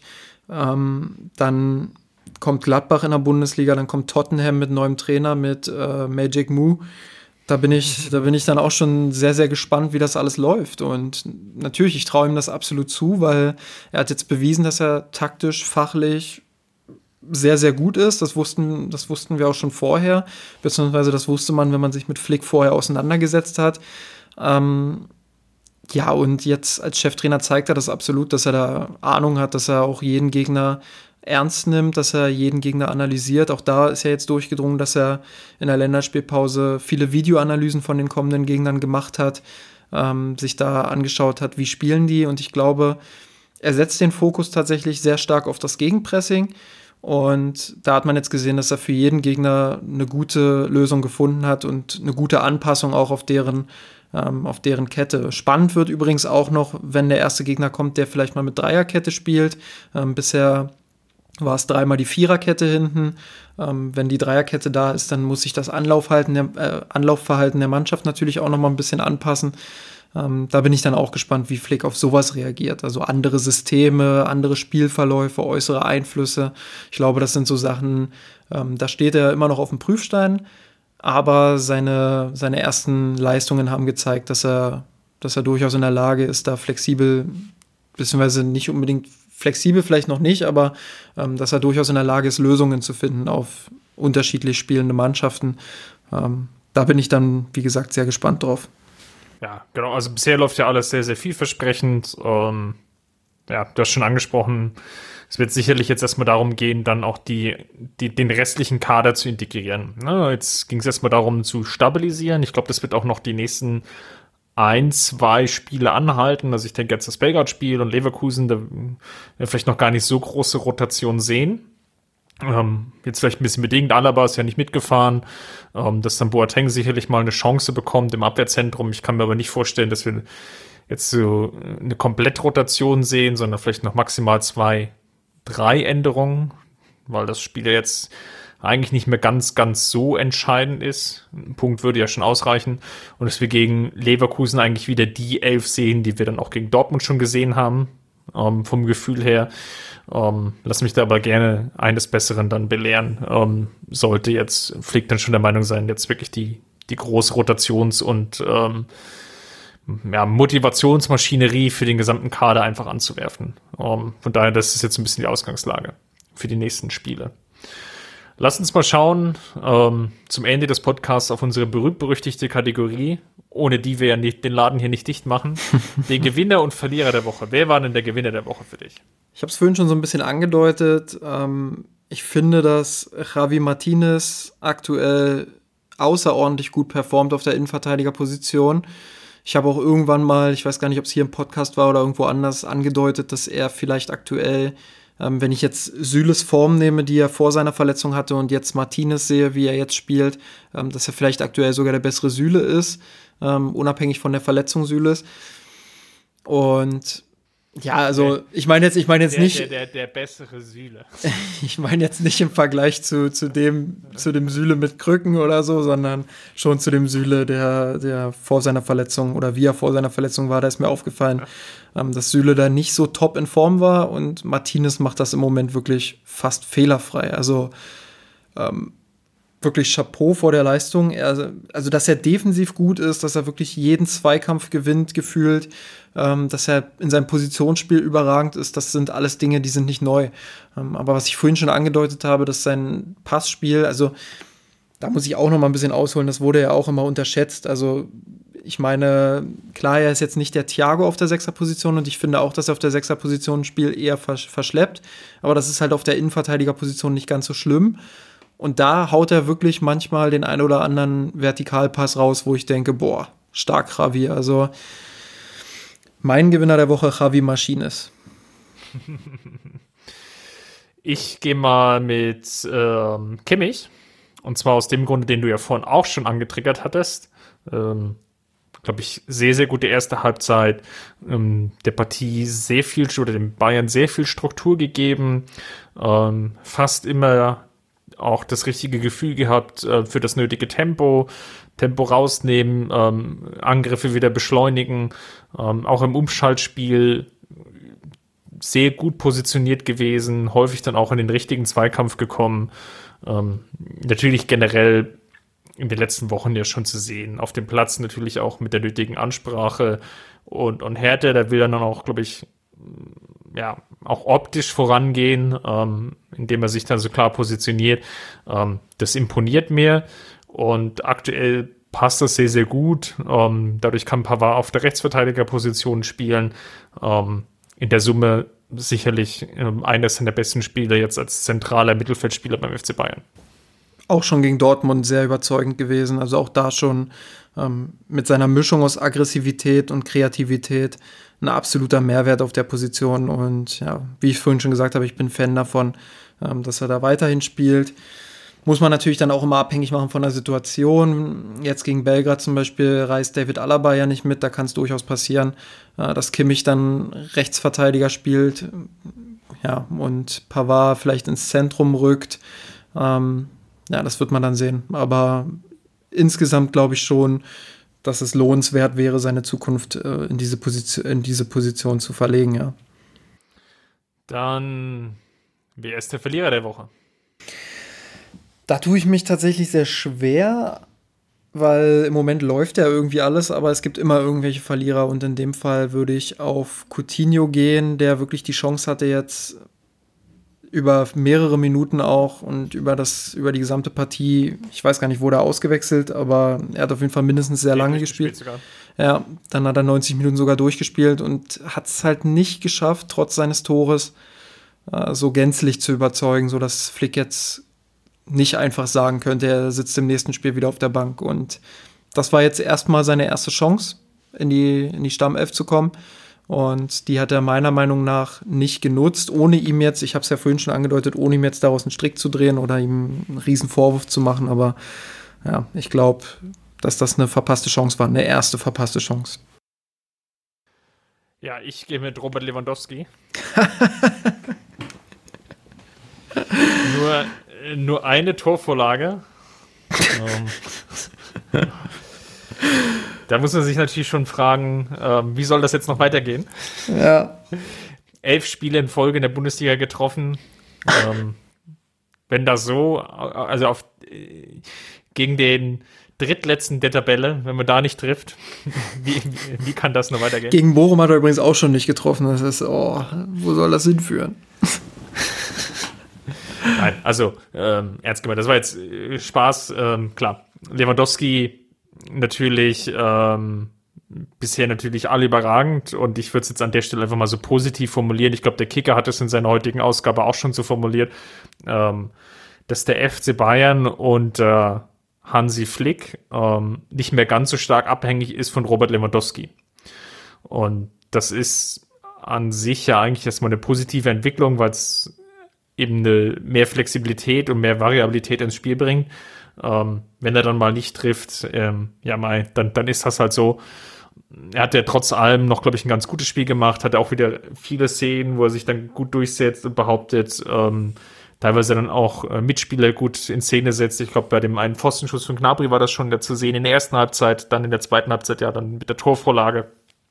Dann kommt Gladbach in der Bundesliga, dann kommt Tottenham mit neuem Trainer, mit Magic Moo. Da bin ich dann auch schon sehr, sehr gespannt, wie das alles läuft. Und natürlich, ich traue ihm das absolut zu, weil er hat jetzt bewiesen, dass er taktisch, fachlich sehr, sehr gut ist. Das wussten wir auch schon vorher, beziehungsweise das wusste man, wenn man sich mit Flick vorher auseinandergesetzt hat. Ja, und jetzt als Cheftrainer zeigt er das absolut, dass er da Ahnung hat, dass er auch jeden Gegner ernst nimmt, dass er jeden Gegner analysiert. Auch da ist er jetzt durchgedrungen, dass er in der Länderspielpause viele Videoanalysen von den kommenden Gegnern gemacht hat, sich da angeschaut hat, wie spielen die. Und ich glaube, er setzt den Fokus tatsächlich sehr stark auf das Gegenpressing Und da hat man jetzt gesehen, dass er für jeden Gegner eine gute Lösung gefunden hat und eine gute Anpassung auch auf deren Kette. Spannend wird übrigens auch noch, wenn der erste Gegner kommt, der vielleicht mal mit Dreierkette spielt. Bisher war es dreimal die Viererkette hinten. Wenn die Dreierkette da ist, dann muss sich das Anlaufverhalten der Mannschaft natürlich auch noch mal ein bisschen anpassen. Da bin ich dann auch gespannt, wie Flick auf sowas reagiert. Also andere Systeme, andere Spielverläufe, äußere Einflüsse. Ich glaube, das sind so Sachen, da steht er immer noch auf dem Prüfstein. Aber seine ersten Leistungen haben gezeigt, dass er durchaus in der Lage ist, da flexibel, beziehungsweise nicht unbedingt flexibel, vielleicht noch nicht, aber dass er durchaus in der Lage ist, Lösungen zu finden auf unterschiedlich spielende Mannschaften. Da bin ich dann, wie gesagt, sehr gespannt drauf. Ja, genau. Also bisher läuft ja alles sehr, sehr vielversprechend. Ja, du hast schon angesprochen, es wird sicherlich jetzt erstmal darum gehen, dann auch den restlichen Kader zu integrieren. Ne, jetzt ging es erstmal darum, zu stabilisieren. Ich glaube, das wird auch noch die nächsten 1-2 Spiele anhalten. Also ich denke jetzt das Belgrad-Spiel und Leverkusen, da wir vielleicht noch gar nicht so große Rotation sehen. Jetzt vielleicht ein bisschen bedingt, Alaba ist ja nicht mitgefahren, dass dann Boateng sicherlich mal eine Chance bekommt im Abwehrzentrum. Ich kann mir aber nicht vorstellen, dass wir jetzt so eine Komplettrotation sehen, sondern vielleicht noch maximal 2-3 Änderungen, weil das Spiel ja jetzt eigentlich nicht mehr ganz, ganz so entscheidend ist. Ein Punkt würde ja schon ausreichen. Und dass wir gegen Leverkusen eigentlich wieder die 11 sehen, die wir dann auch gegen Dortmund schon gesehen haben, vom Gefühl her. Lass mich da aber gerne eines Besseren dann belehren. Sollte jetzt Flick dann schon der Meinung sein, jetzt wirklich die große Rotations- und Motivationsmaschinerie für den gesamten Kader einfach anzuwerfen. Von daher, das ist jetzt ein bisschen die Ausgangslage für die nächsten Spiele. Lass uns mal schauen, zum Ende des Podcasts auf unsere berühmt-berüchtigte Kategorie, ohne die wir ja den Laden hier nicht dicht machen. Den Gewinner und Verlierer der Woche. Wer war denn der Gewinner der Woche für dich? Ich habe es vorhin schon so ein bisschen angedeutet. Ich finde, dass Javi Martinez aktuell außerordentlich gut performt auf der Innenverteidigerposition. Ich habe auch irgendwann mal, ich weiß gar nicht, ob es hier im Podcast war oder irgendwo anders, angedeutet, dass er vielleicht aktuell, wenn ich jetzt Süles Form nehme, die er vor seiner Verletzung hatte und jetzt Martinez sehe, wie er jetzt spielt, dass er vielleicht aktuell sogar der bessere Süle ist, unabhängig von der Verletzung Süles. Und ja, also ich meine jetzt nicht der bessere Süle. Ich meine jetzt nicht im Vergleich zu dem Süle mit Krücken oder so, sondern schon zu dem Süle, der vor seiner Verletzung oder wie er vor seiner Verletzung war. Da ist mir aufgefallen, dass Süle da nicht so top in Form war und Martinez macht das im Moment wirklich fast fehlerfrei. Also wirklich Chapeau vor der Leistung. Also, dass er defensiv gut ist, dass er wirklich jeden Zweikampf gewinnt, gefühlt, dass er in seinem Positionsspiel überragend ist, das sind alles Dinge, die sind nicht neu. Aber was ich vorhin schon angedeutet habe, dass sein Passspiel, also da muss ich auch noch mal ein bisschen ausholen, das wurde ja auch immer unterschätzt. Also ich meine, klar, er ist jetzt nicht der Thiago auf der Sechserposition und ich finde auch, dass er auf der Sechserposition ein Spiel eher verschleppt, aber das ist halt auf der Innenverteidigerposition nicht ganz so schlimm. Und da haut er wirklich manchmal den ein oder anderen Vertikalpass raus, wo ich denke, boah, stark Javi. Also mein Gewinner der Woche, Javi Martinez. Ich gehe mal mit Kimmich. Und zwar aus dem Grunde, den du ja vorhin auch schon angetriggert hattest. Glaube ich, sehr, sehr gute erste Halbzeit. Der Partie dem Bayern sehr viel Struktur gegeben. Fast immer auch das richtige Gefühl gehabt für das nötige Tempo rausnehmen, Angriffe wieder beschleunigen, auch im Umschaltspiel sehr gut positioniert gewesen, häufig dann auch in den richtigen Zweikampf gekommen. Natürlich generell in den letzten Wochen ja schon zu sehen. Auf dem Platz natürlich auch mit der nötigen Ansprache und Härte, da will er dann auch, glaube ich, ja, auch optisch vorangehen, indem er sich dann so klar positioniert. Das imponiert mir und aktuell passt das sehr, sehr gut. Dadurch kann Pavard auf der Rechtsverteidigerposition spielen. In der Summe sicherlich eines seiner besten Spiele jetzt als zentraler Mittelfeldspieler beim FC Bayern. Auch schon gegen Dortmund sehr überzeugend gewesen. Also auch da schon mit seiner Mischung aus Aggressivität und Kreativität ein absoluter Mehrwert auf der Position. Und ja, wie ich vorhin schon gesagt habe, ich bin Fan davon, dass er da weiterhin spielt. Muss man natürlich dann auch immer abhängig machen von der Situation. Jetzt gegen Belgrad zum Beispiel reist David Alaba ja nicht mit, da kann es durchaus passieren, dass Kimmich dann Rechtsverteidiger spielt, ja, und Pavard vielleicht ins Zentrum rückt. Ja, das wird man dann sehen. Aber insgesamt glaube ich schon, dass es lohnenswert wäre, seine Zukunft in diese Position zu verlegen, ja. Dann, wer ist der Verlierer der Woche? Da tue ich mich tatsächlich sehr schwer, weil im Moment läuft ja irgendwie alles, aber es gibt immer irgendwelche Verlierer und in dem Fall würde ich auf Coutinho gehen, der wirklich die Chance hatte jetzt über mehrere Minuten auch und über die gesamte Partie, ich weiß gar nicht, wurde er ausgewechselt, aber er hat auf jeden Fall mindestens sehr lange gespielt. Ja, dann hat er 90 Minuten sogar durchgespielt und hat es halt nicht geschafft, trotz seines Tores so gänzlich zu überzeugen, sodass Flick jetzt nicht einfach sagen könnte, er sitzt im nächsten Spiel wieder auf der Bank. Und das war jetzt erstmal seine erste Chance, in die Stammelf zu kommen. Und die hat er meiner Meinung nach nicht genutzt, ohne ihm jetzt, ich habe es ja vorhin schon angedeutet, ohne ihm jetzt daraus einen Strick zu drehen oder ihm einen riesen Vorwurf zu machen. Aber ja, ich glaube, dass das eine verpasste Chance war, eine erste verpasste Chance. Ja, ich gehe mit Robert Lewandowski. Nur eine Torvorlage. Da muss man sich natürlich schon fragen, wie soll das jetzt noch weitergehen? Ja. 11 Spiele in Folge in der Bundesliga getroffen. Wenn das so, also gegen den Drittletzten der Tabelle, wenn man da nicht trifft, wie kann das noch weitergehen? Gegen Bochum hat er übrigens auch schon nicht getroffen. Das ist, wo soll das hinführen? Nein, also ernst gemeint, das war jetzt Spaß. Klar, Lewandowski natürlich bisher natürlich alle überragend und ich würde es jetzt an der Stelle einfach mal so positiv formulieren. Ich glaube, der Kicker hat es in seiner heutigen Ausgabe auch schon so formuliert, dass der FC Bayern und Hansi Flick nicht mehr ganz so stark abhängig ist von Robert Lewandowski. Und das ist an sich ja eigentlich erstmal eine positive Entwicklung, weil es eben mehr Flexibilität und mehr Variabilität ins Spiel bringt. Wenn er dann mal nicht trifft, dann ist das halt so. Er hat ja trotz allem noch, glaube ich, ein ganz gutes Spiel gemacht, hat auch wieder viele Szenen, wo er sich dann gut durchsetzt und behauptet, teilweise dann auch Mitspieler gut in Szene setzt. Ich glaube, bei dem einen Pfostenschuss von Gnabry war das schon zu sehen in der ersten Halbzeit, dann in der zweiten Halbzeit ja dann mit der Torvorlage.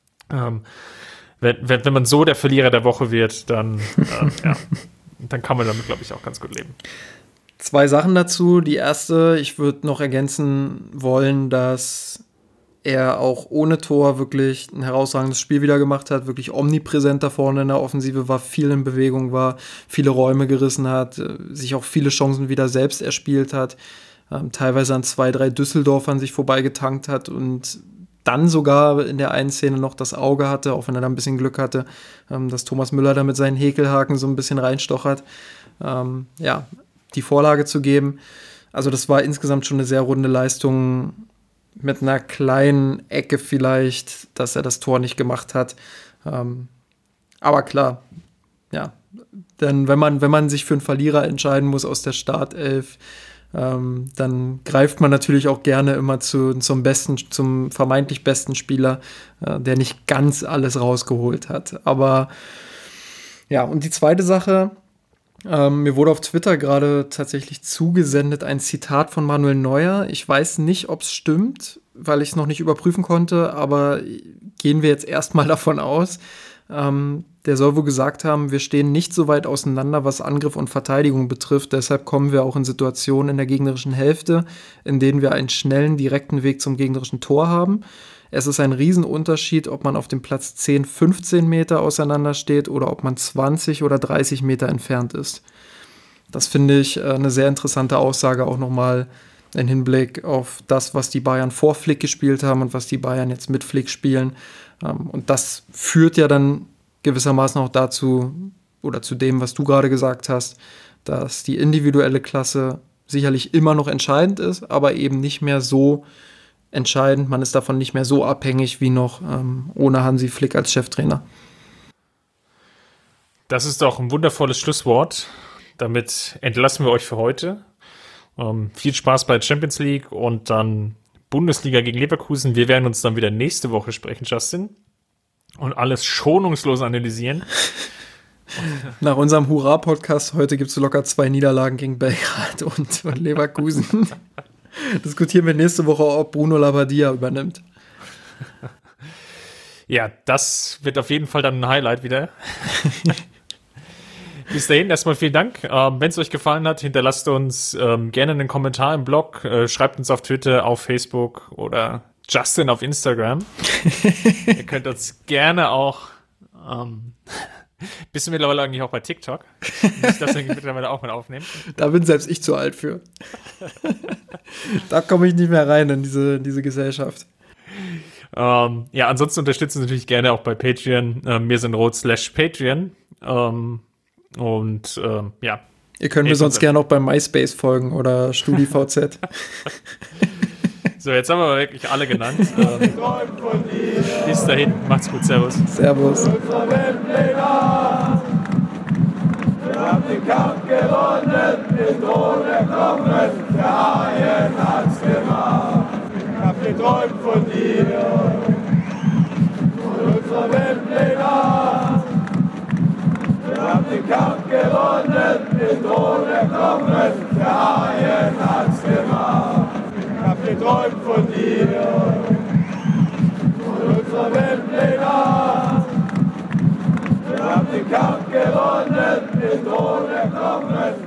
Wenn man so der Verlierer der Woche wird, dann dann kann man damit, glaube ich, auch ganz gut leben. 2 Sachen dazu. Die erste, ich würde noch ergänzen wollen, dass er auch ohne Tor wirklich ein herausragendes Spiel wieder gemacht hat, wirklich omnipräsent da vorne in der Offensive war, viel in Bewegung war, viele Räume gerissen hat, sich auch viele Chancen wieder selbst erspielt hat, teilweise an 2, 3 Düsseldorfern sich vorbeigetankt hat und dann sogar in der einen Szene noch das Auge hatte, auch wenn er da ein bisschen Glück hatte, dass Thomas Müller da mit seinen Häkelhaken so ein bisschen reinstochert, die Vorlage zu geben. Also das war insgesamt schon eine sehr runde Leistung mit einer kleinen Ecke vielleicht, dass er das Tor nicht gemacht hat. Aber klar, ja, denn wenn man sich für einen Verlierer entscheiden muss aus der Startelf, dann greift man natürlich auch gerne immer zum vermeintlich besten Spieler, der nicht ganz alles rausgeholt hat. Aber ja, und die zweite Sache, mir wurde auf Twitter gerade tatsächlich zugesendet ein Zitat von Manuel Neuer. Ich weiß nicht, ob es stimmt, weil ich es noch nicht überprüfen konnte, aber gehen wir jetzt erstmal davon aus. Der soll wohl gesagt haben, wir stehen nicht so weit auseinander, was Angriff und Verteidigung betrifft. Deshalb kommen wir auch in Situationen in der gegnerischen Hälfte, in denen wir einen schnellen, direkten Weg zum gegnerischen Tor haben. Es ist ein Riesenunterschied, ob man auf dem Platz 10, 15 Meter auseinander steht oder ob man 20 oder 30 Meter entfernt ist. Das finde ich eine sehr interessante Aussage, auch nochmal im Hinblick auf das, was die Bayern vor Flick gespielt haben und was die Bayern jetzt mit Flick spielen. Und das führt ja dann gewissermaßen auch dazu, oder zu dem, was du gerade gesagt hast, dass die individuelle Klasse sicherlich immer noch entscheidend ist, aber eben nicht mehr so entscheidend. Man ist davon nicht mehr so abhängig wie noch ohne Hansi Flick als Cheftrainer. Das ist doch ein wundervolles Schlusswort. damit entlassen wir euch für heute. Viel Spaß bei Champions League und dann Bundesliga gegen Leverkusen. Wir werden uns dann wieder nächste Woche sprechen, Justin. Und alles schonungslos analysieren. Nach unserem Hurra-Podcast heute gibt es locker 2 Niederlagen gegen Belgrad und Leverkusen. Diskutieren wir nächste Woche, ob Bruno Labbadia übernimmt. Ja, das wird auf jeden Fall dann ein Highlight wieder. Bis dahin erstmal vielen Dank. Wenn es euch gefallen hat, hinterlasst uns gerne einen Kommentar im Blog, schreibt uns auf Twitter, auf Facebook oder Justin auf Instagram. Ihr könnt uns gerne auch bist du mittlerweile eigentlich auch bei TikTok? Muss ich das mittlerweile auch mal aufnehmen? Da bin selbst ich zu alt für. Da komme ich nicht mehr rein in diese Gesellschaft. Ja, ansonsten unterstützen Sie natürlich gerne auch bei Patreon. Wir sind rot/Patreon. Ja. Ihr könnt mir sonst gerne auch bei MySpace folgen oder StudiVZ. So, jetzt haben wir aber wirklich alle genannt. Bis dahin, macht's gut, Servus. Servus. Wir haben den Kampf gewonnen, den Thron erklommen, der Haien hat's gemacht. Ich hab geträumt von dir, von unserer Weltpläne. Wir haben den Kampf gewonnen, den Thron erklommen, der Haien hat's gemacht. Ich hab geträumt von dir, von unserer Weltpläne. Wir haben den Kampf gewonnen, den Thron erklommen.